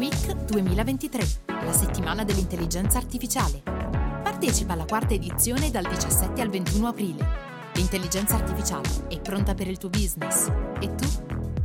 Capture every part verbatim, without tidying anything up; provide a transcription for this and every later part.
Week duemilaventitré, la settimana dell'intelligenza artificiale. Partecipa alla quarta edizione dal diciassette al ventuno aprile. L'intelligenza artificiale è pronta per il tuo business. E tu?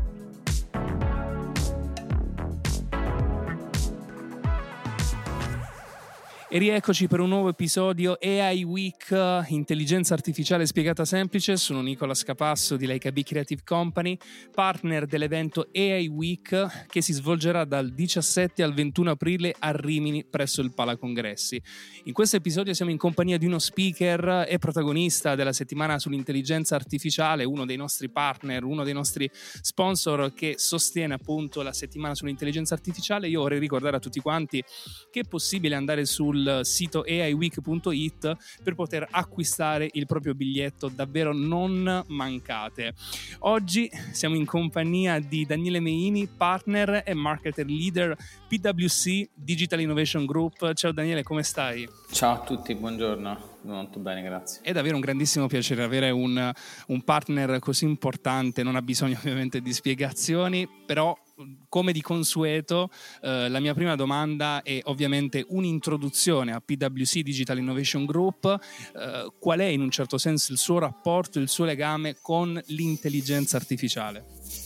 E rieccoci per un nuovo episodio A I Week, intelligenza artificiale spiegata semplice. Sono Nicola Scapasso di Leica B Creative Company, partner dell'evento A I Week che si svolgerà dal diciassette al ventuno aprile a Rimini presso il Palacongressi. In questo episodio siamo in compagnia di uno speaker e protagonista della settimana sull'intelligenza artificiale, uno dei nostri partner, uno dei nostri sponsor che sostiene appunto la settimana sull'intelligenza artificiale. Io vorrei ricordare a tutti quanti che è possibile andare sul sito a i week punto it per poter acquistare il proprio biglietto, davvero non mancate. Oggi siamo in compagnia di Daniele Meini, partner e marketer leader P W C Digital Innovation Group. Ciao Daniele, come stai? Ciao a tutti, buongiorno. Molto bene, grazie. È davvero un grandissimo piacere avere un, un partner così importante, non ha bisogno ovviamente di spiegazioni, però come di consueto eh, la mia prima domanda è ovviamente un'introduzione a P W C Digital Innovation Group. Eh, qual è in un certo senso il suo rapporto, il suo legame con l'intelligenza artificiale?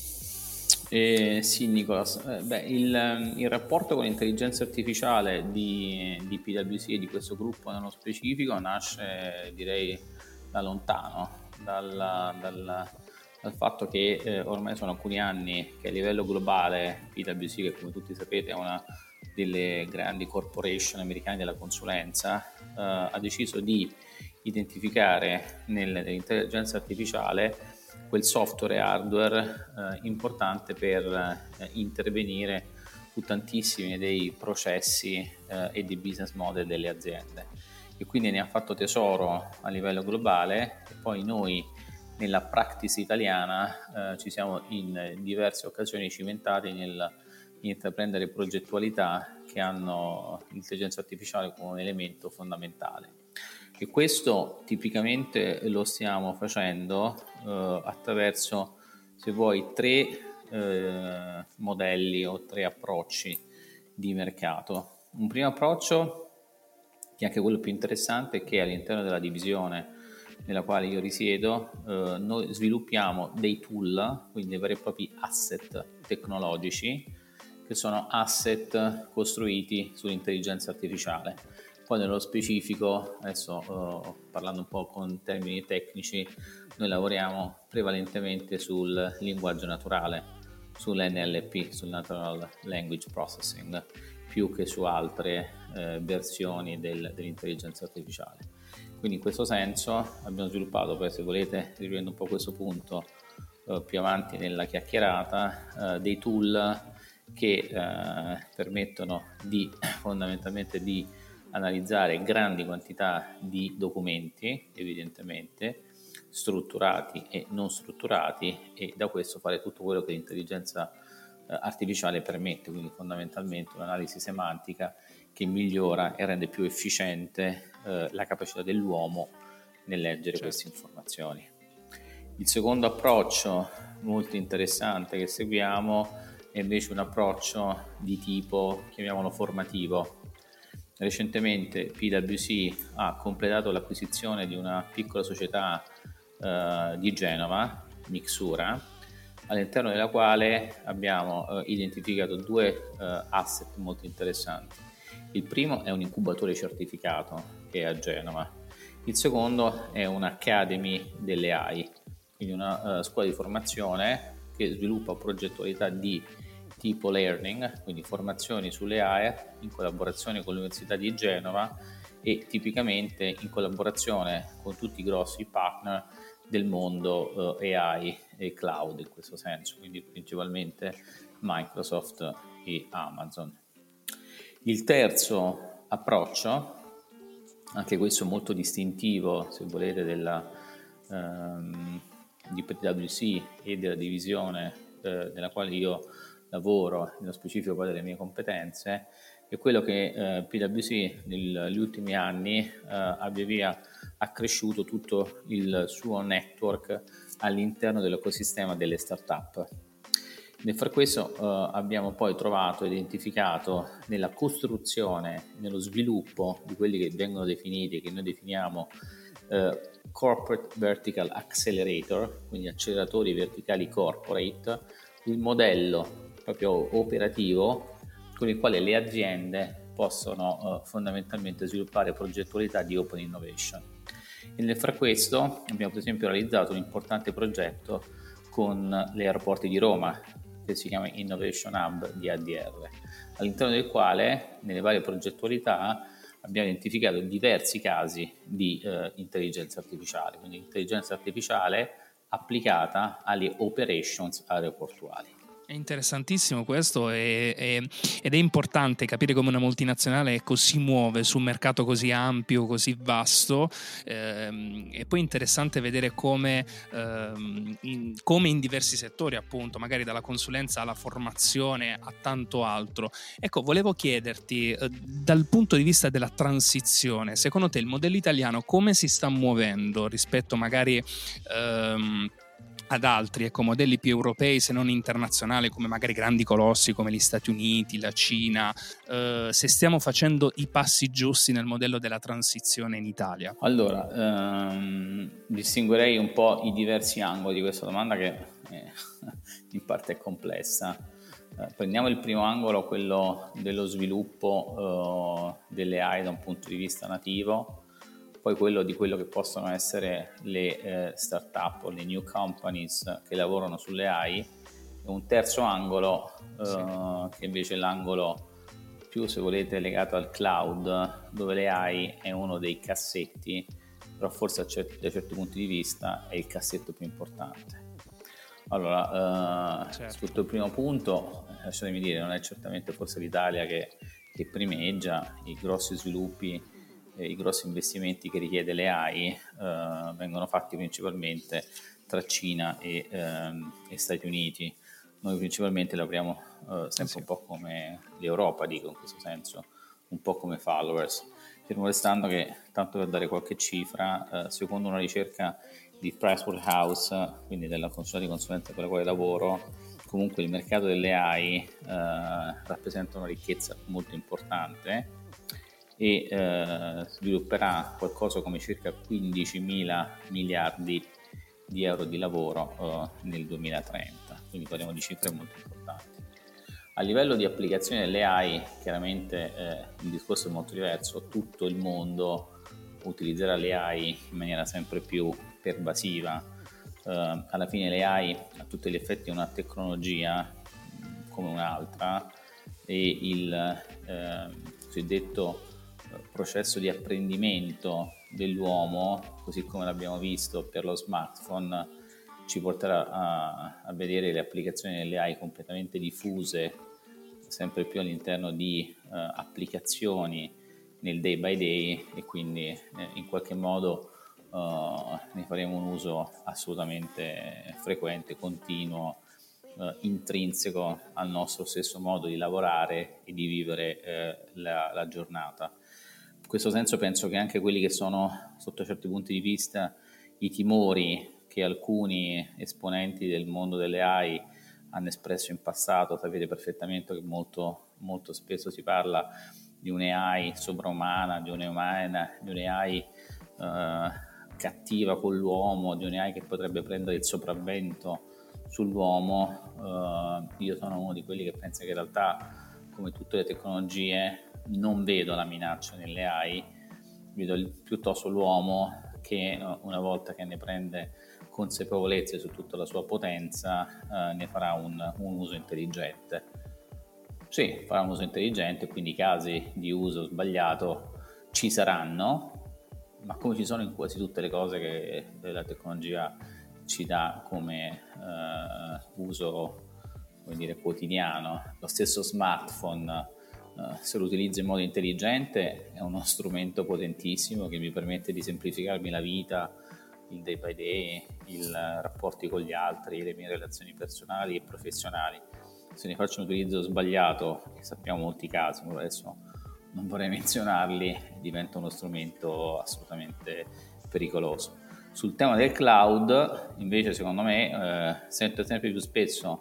Eh, sì, Nicolas, eh, beh, il, il rapporto con l'intelligenza artificiale di, di P W C e di questo gruppo nello specifico nasce, direi, da lontano, dal, dal, dal fatto che eh, ormai sono alcuni anni che a livello globale P W C, che come tutti sapete è una delle grandi corporation americane della consulenza, eh, ha deciso di identificare nel, nell'intelligenza artificiale quel software e hardware eh, importante per eh, intervenire su tantissimi dei processi eh, e dei business model delle aziende, e quindi ne ha fatto tesoro a livello globale. E poi noi nella practice italiana eh, ci siamo in diverse occasioni cimentati nel intraprendere progettualità che hanno l'intelligenza artificiale come un elemento fondamentale. E questo tipicamente lo stiamo facendo eh, attraverso, se vuoi, tre eh, modelli o tre approcci di mercato. Un primo approccio, che è anche quello più interessante, è che all'interno della divisione nella quale io risiedo eh, noi sviluppiamo dei tool, quindi dei veri e propri asset tecnologici, che sono asset costruiti sull'intelligenza artificiale. Poi nello specifico, adesso uh, parlando un po' con termini tecnici, noi lavoriamo prevalentemente sul linguaggio naturale, sull'N L P, sul Natural Language Processing, più che su altre eh, versioni del, dell'intelligenza artificiale. Quindi in questo senso abbiamo sviluppato, poi se volete riprendo un po' questo punto uh, più avanti nella chiacchierata, uh, dei tool che uh, permettono di fondamentalmente di analizzare grandi quantità di documenti, evidentemente strutturati e non strutturati, e da questo fare tutto quello che l'intelligenza eh, artificiale permette, quindi fondamentalmente un'analisi semantica che migliora e rende più efficiente eh, la capacità dell'uomo nel leggere certo. queste informazioni. Il secondo approccio molto interessante che seguiamo è invece un approccio di tipo, chiamiamolo formativo. Recentemente P W C ha completato l'acquisizione di una piccola società eh, di Genova, Mixura, all'interno della quale abbiamo eh, identificato due eh, asset molto interessanti. Il primo è un incubatore certificato che è a Genova, il secondo è un'Academy delle A I, quindi una uh, scuola di formazione che sviluppa progettualità di tipo learning, quindi formazioni sulle A I in collaborazione con l'Università di Genova e tipicamente in collaborazione con tutti i grossi partner del mondo eh, A I e cloud in questo senso, quindi principalmente Microsoft e Amazon. Il terzo approccio, anche questo molto distintivo se volete della, ehm, di P W C e della divisione eh, nella quale io lavoro, nello specifico poi delle mie competenze, è quello che eh, P W C negli ultimi anni eh, ha via via accresciuto tutto il suo network all'interno dell'ecosistema delle start-up. Nel far questo eh, abbiamo poi trovato, identificato nella costruzione, nello sviluppo di quelli che vengono definiti, che noi definiamo eh, Corporate Vertical Accelerator, quindi acceleratori verticali corporate, il modello proprio operativo con il quale le aziende possono eh, fondamentalmente sviluppare progettualità di open innovation. E nel far questo abbiamo per esempio realizzato un importante progetto con gli aeroporti di Roma, che si chiama Innovation Hub di A D R, all'interno del quale nelle varie progettualità abbiamo identificato diversi casi di eh, intelligenza artificiale, quindi intelligenza artificiale applicata alle operations aeroportuali. È interessantissimo questo e, e, ed è importante capire come una multinazionale ecco, si muove su un mercato così ampio, così vasto, ehm, e poi è interessante vedere come, ehm, in, come in diversi settori, appunto, magari dalla consulenza alla formazione a tanto altro. Ecco, volevo chiederti, eh, dal punto di vista della transizione, secondo te il modello italiano come si sta muovendo rispetto magari ehm, ad altri, ecco, modelli più europei se non internazionali, come magari grandi colossi come gli Stati Uniti, la Cina, eh, se stiamo facendo i passi giusti nel modello della transizione in Italia? Allora, ehm, distinguerei un po' i diversi angoli di questa domanda che eh, in parte è complessa. Eh, prendiamo il primo angolo, quello dello sviluppo eh, delle A I da un punto di vista nativo, poi quello di quello che possono essere le eh, start-up o le new companies che lavorano sulle A I, e un terzo angolo eh, sì. che invece è l'angolo più, se volete, legato al cloud, dove le A I è uno dei cassetti, però forse certi, da certi punti di vista è il cassetto più importante. Allora, eh, certo. Sotto il primo punto, lasciatemi dire, non è certamente forse l'Italia che, che primeggia, i grossi sviluppi, i grossi investimenti che richiede le A I eh, vengono fatti principalmente tra Cina e, ehm, e Stati Uniti. Noi principalmente lavoriamo eh, sempre sì. un po' come l'Europa, dico in questo senso, un po' come followers, fermo restando che, tanto per dare qualche cifra, eh, secondo una ricerca di Pricewaterhouse, quindi della consulta di consulenza con la quale lavoro, comunque il mercato delle A I eh, rappresenta una ricchezza molto importante e eh, svilupperà qualcosa come circa quindicimila miliardi di euro di lavoro eh, nel duemilatrenta, quindi parliamo di cifre molto importanti. A livello di applicazione delle A I, chiaramente eh, il discorso è molto diverso, tutto il mondo utilizzerà le A I in maniera sempre più pervasiva. Eh, alla fine le A I a tutti gli effetti è una tecnologia mh, come un'altra, e il eh, cosiddetto processo di apprendimento dell'uomo, così come l'abbiamo visto per lo smartphone, ci porterà a, a vedere le applicazioni delle A I completamente diffuse, sempre più all'interno di uh, applicazioni nel day by day, e quindi eh, in qualche modo uh, ne faremo un uso assolutamente frequente, continuo, uh, intrinseco al nostro stesso modo di lavorare e di vivere eh, la, la giornata. In questo senso penso che anche quelli che sono, sotto certi punti di vista, i timori che alcuni esponenti del mondo delle A I hanno espresso in passato, sapete perfettamente che molto, molto spesso si parla di un'A I sovraumana, di un'umana, di un'A I eh, cattiva con l'uomo, di un'A I che potrebbe prendere il sopravvento sull'uomo. Eh, io sono uno di quelli che pensa che in realtà, come tutte le tecnologie, non vedo la minaccia nelle A I, vedo piuttosto l'uomo che una volta che ne prende consapevolezza su tutta la sua potenza eh, ne farà un, un uso intelligente. Sì, farà un uso intelligente, quindi casi di uso sbagliato ci saranno, ma come ci sono in quasi tutte le cose che la tecnologia ci dà come eh, uso, come dire, quotidiano. Lo stesso smartphone, Uh, se lo utilizzo in modo intelligente, è uno strumento potentissimo che mi permette di semplificarmi la vita, il day by day, i rapporti con gli altri, le mie relazioni personali e professionali. Se ne faccio un utilizzo sbagliato, e sappiamo molti casi, adesso non vorrei menzionarli, diventa uno strumento assolutamente pericoloso. Sul tema del cloud, invece, secondo me, eh, sento sempre più spesso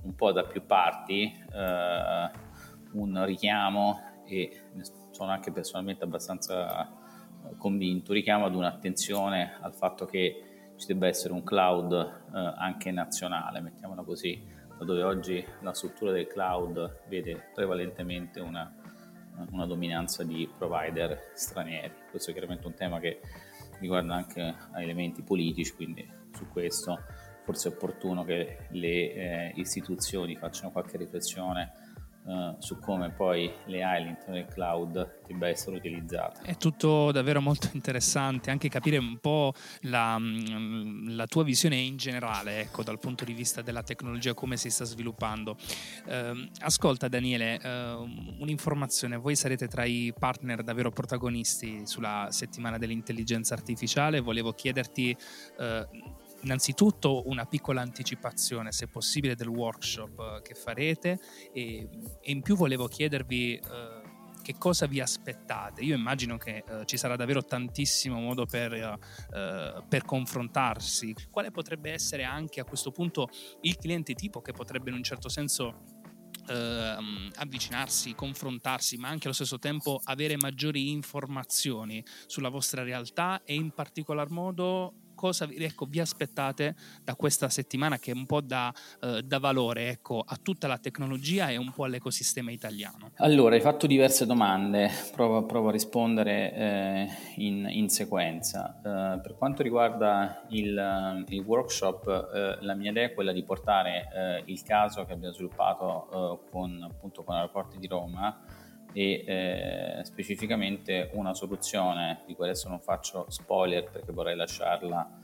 un po' da più parti eh, un richiamo, e sono anche personalmente abbastanza convinto, richiamo ad un'attenzione al fatto che ci debba essere un cloud eh, anche nazionale, mettiamola così, dove oggi la struttura del cloud vede prevalentemente una, una dominanza di provider stranieri. Questo è chiaramente un tema che riguarda anche elementi politici, quindi su questo forse è opportuno che le eh, istituzioni facciano qualche riflessione Uh, su come poi le A I all'interno del cloud debba essere utilizzata. È tutto davvero molto interessante, anche capire un po' la, la tua visione in generale, ecco, dal punto di vista della tecnologia, come si sta sviluppando. Uh, ascolta Daniele, uh, un'informazione: voi sarete tra i partner davvero protagonisti sulla settimana dell'intelligenza artificiale. Volevo chiederti uh, innanzitutto una piccola anticipazione, se possibile, del workshop che farete, e, e in più volevo chiedervi uh, che cosa vi aspettate. Io immagino che uh, ci sarà davvero tantissimo modo per, uh, per confrontarsi. Quale potrebbe essere anche a questo punto il cliente tipo che potrebbe in un certo senso Uh, avvicinarsi, confrontarsi, ma anche allo stesso tempo avere maggiori informazioni sulla vostra realtà, e in particolar modo cosa vi, ecco, vi aspettate da questa settimana, che è un po' da, uh, da valore, ecco, a tutta la tecnologia e un po' all'ecosistema italiano? Allora, hai fatto diverse domande, provo, provo a rispondere eh, in, in sequenza. Uh, per quanto riguarda il, il workshop, uh, la mia idea è quella di portare uh, il caso che abbiamo sviluppato uh, con, appunto, con Aeroporti di Roma, e eh, specificamente una soluzione di cui adesso non faccio spoiler perché vorrei lasciarla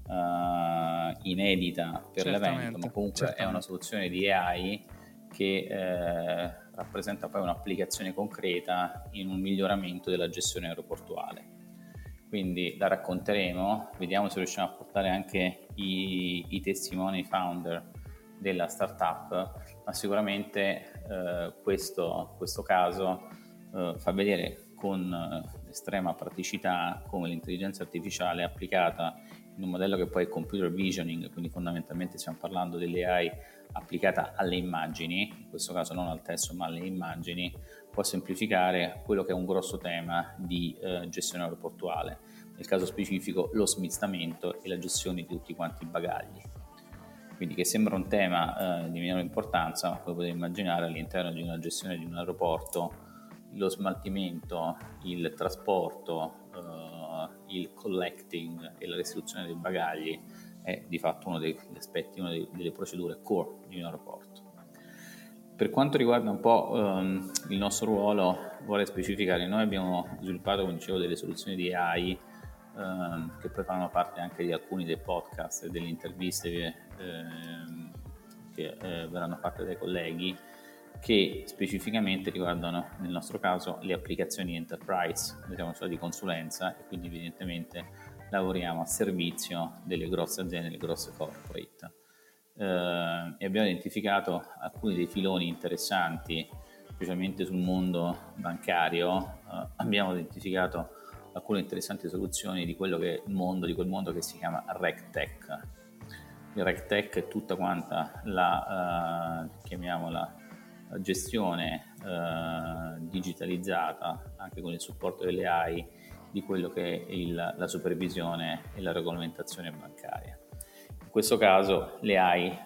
uh, inedita per certamente, l'evento, ma comunque certamente. È una soluzione di A I che eh, rappresenta poi un'applicazione concreta in un miglioramento della gestione aeroportuale. Quindi la racconteremo, vediamo se riusciamo a portare anche i, i testimoni founder della startup, ma sicuramente eh, questo, questo caso eh, fa vedere con eh, estrema praticità come l'intelligenza artificiale applicata in un modello che poi è computer visioning, quindi fondamentalmente stiamo parlando delle A I applicata alle immagini, in questo caso non al testo ma alle immagini, può semplificare quello che è un grosso tema di eh, gestione aeroportuale, nel caso specifico lo smistamento e la gestione di tutti quanti i bagagli. Quindi che sembra un tema eh, di minore importanza, ma come potete immaginare all'interno di una gestione di un aeroporto lo smaltimento, il trasporto, eh, il collecting e la restituzione dei bagagli è di fatto uno degli aspetti, una delle procedure core di un aeroporto. Per quanto riguarda un po' um, il nostro ruolo, vorrei specificare, noi abbiamo sviluppato, come dicevo, delle soluzioni di A I um, che poi fanno parte anche di alcuni dei podcast e delle interviste che, ehm, che eh, verranno fatte dai colleghi, che specificamente riguardano, nel nostro caso, le applicazioni enterprise. Noi siamo una società di consulenza e quindi evidentemente lavoriamo a servizio delle grosse aziende, delle grosse corporate. Eh, e abbiamo identificato alcuni dei filoni interessanti, specialmente sul mondo bancario. Eh, abbiamo identificato alcune interessanti soluzioni di quello che è il mondo, di quel mondo che si chiama RegTech. Il RegTech è tutta quanta la, eh, chiamiamola, gestione eh, digitalizzata, anche con il supporto delle A I, di quello che è il, la supervisione e la regolamentazione bancaria. In questo caso le A I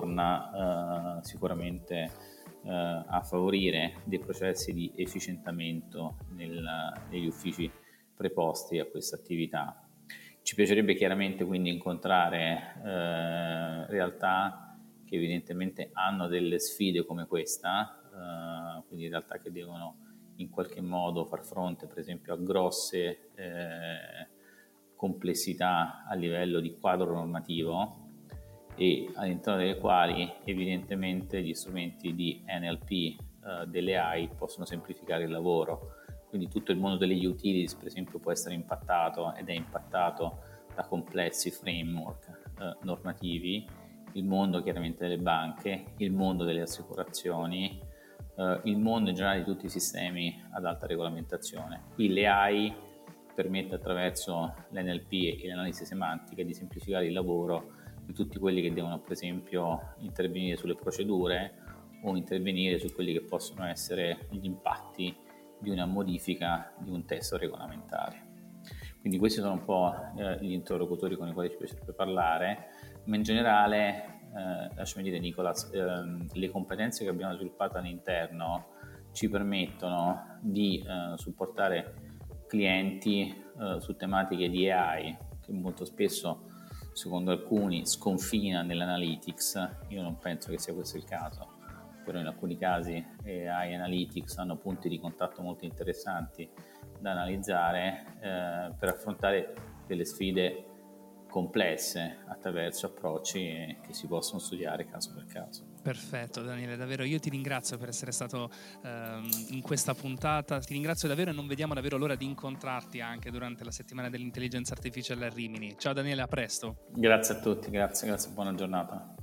torna eh, sicuramente eh, a favorire dei processi di efficientamento nel, negli uffici preposti a questa attività. Ci piacerebbe chiaramente quindi incontrare eh, realtà che evidentemente hanno delle sfide come questa, eh, quindi realtà che devono in qualche modo far fronte per esempio a grosse eh, complessità a livello di quadro normativo, e all'interno delle quali evidentemente gli strumenti di N L P eh, delle A I possono semplificare il lavoro. Quindi tutto il mondo delle utilities per esempio può essere impattato ed è impattato da complessi framework eh, normativi, il mondo chiaramente delle banche, il mondo delle assicurazioni, eh, il mondo in generale di tutti i sistemi ad alta regolamentazione. Qui le A I permette attraverso l'N L P e l'analisi semantica di semplificare il lavoro di tutti quelli che devono per esempio intervenire sulle procedure o intervenire su quelli che possono essere gli impatti di una modifica di un testo regolamentare. Quindi questi sono un po' eh, gli interlocutori con i quali ci piacerebbe parlare, ma in generale, eh, lasciami dire Nicolas, eh, le competenze che abbiamo sviluppato all'interno ci permettono di eh, supportare clienti eh, su tematiche di A I, che molto spesso, secondo alcuni, sconfina nell'analytics. Io non penso che sia questo il caso, però in alcuni casi A I Analytics hanno punti di contatto molto interessanti da analizzare eh, per affrontare delle sfide complesse attraverso approcci che si possono studiare caso per caso. Perfetto Daniele, davvero io ti ringrazio per essere stato ehm, in questa puntata, ti ringrazio davvero e non vediamo davvero l'ora di incontrarti anche durante la settimana dell'intelligenza artificiale a Rimini. Ciao Daniele, a presto. Grazie a tutti, grazie, grazie, buona giornata.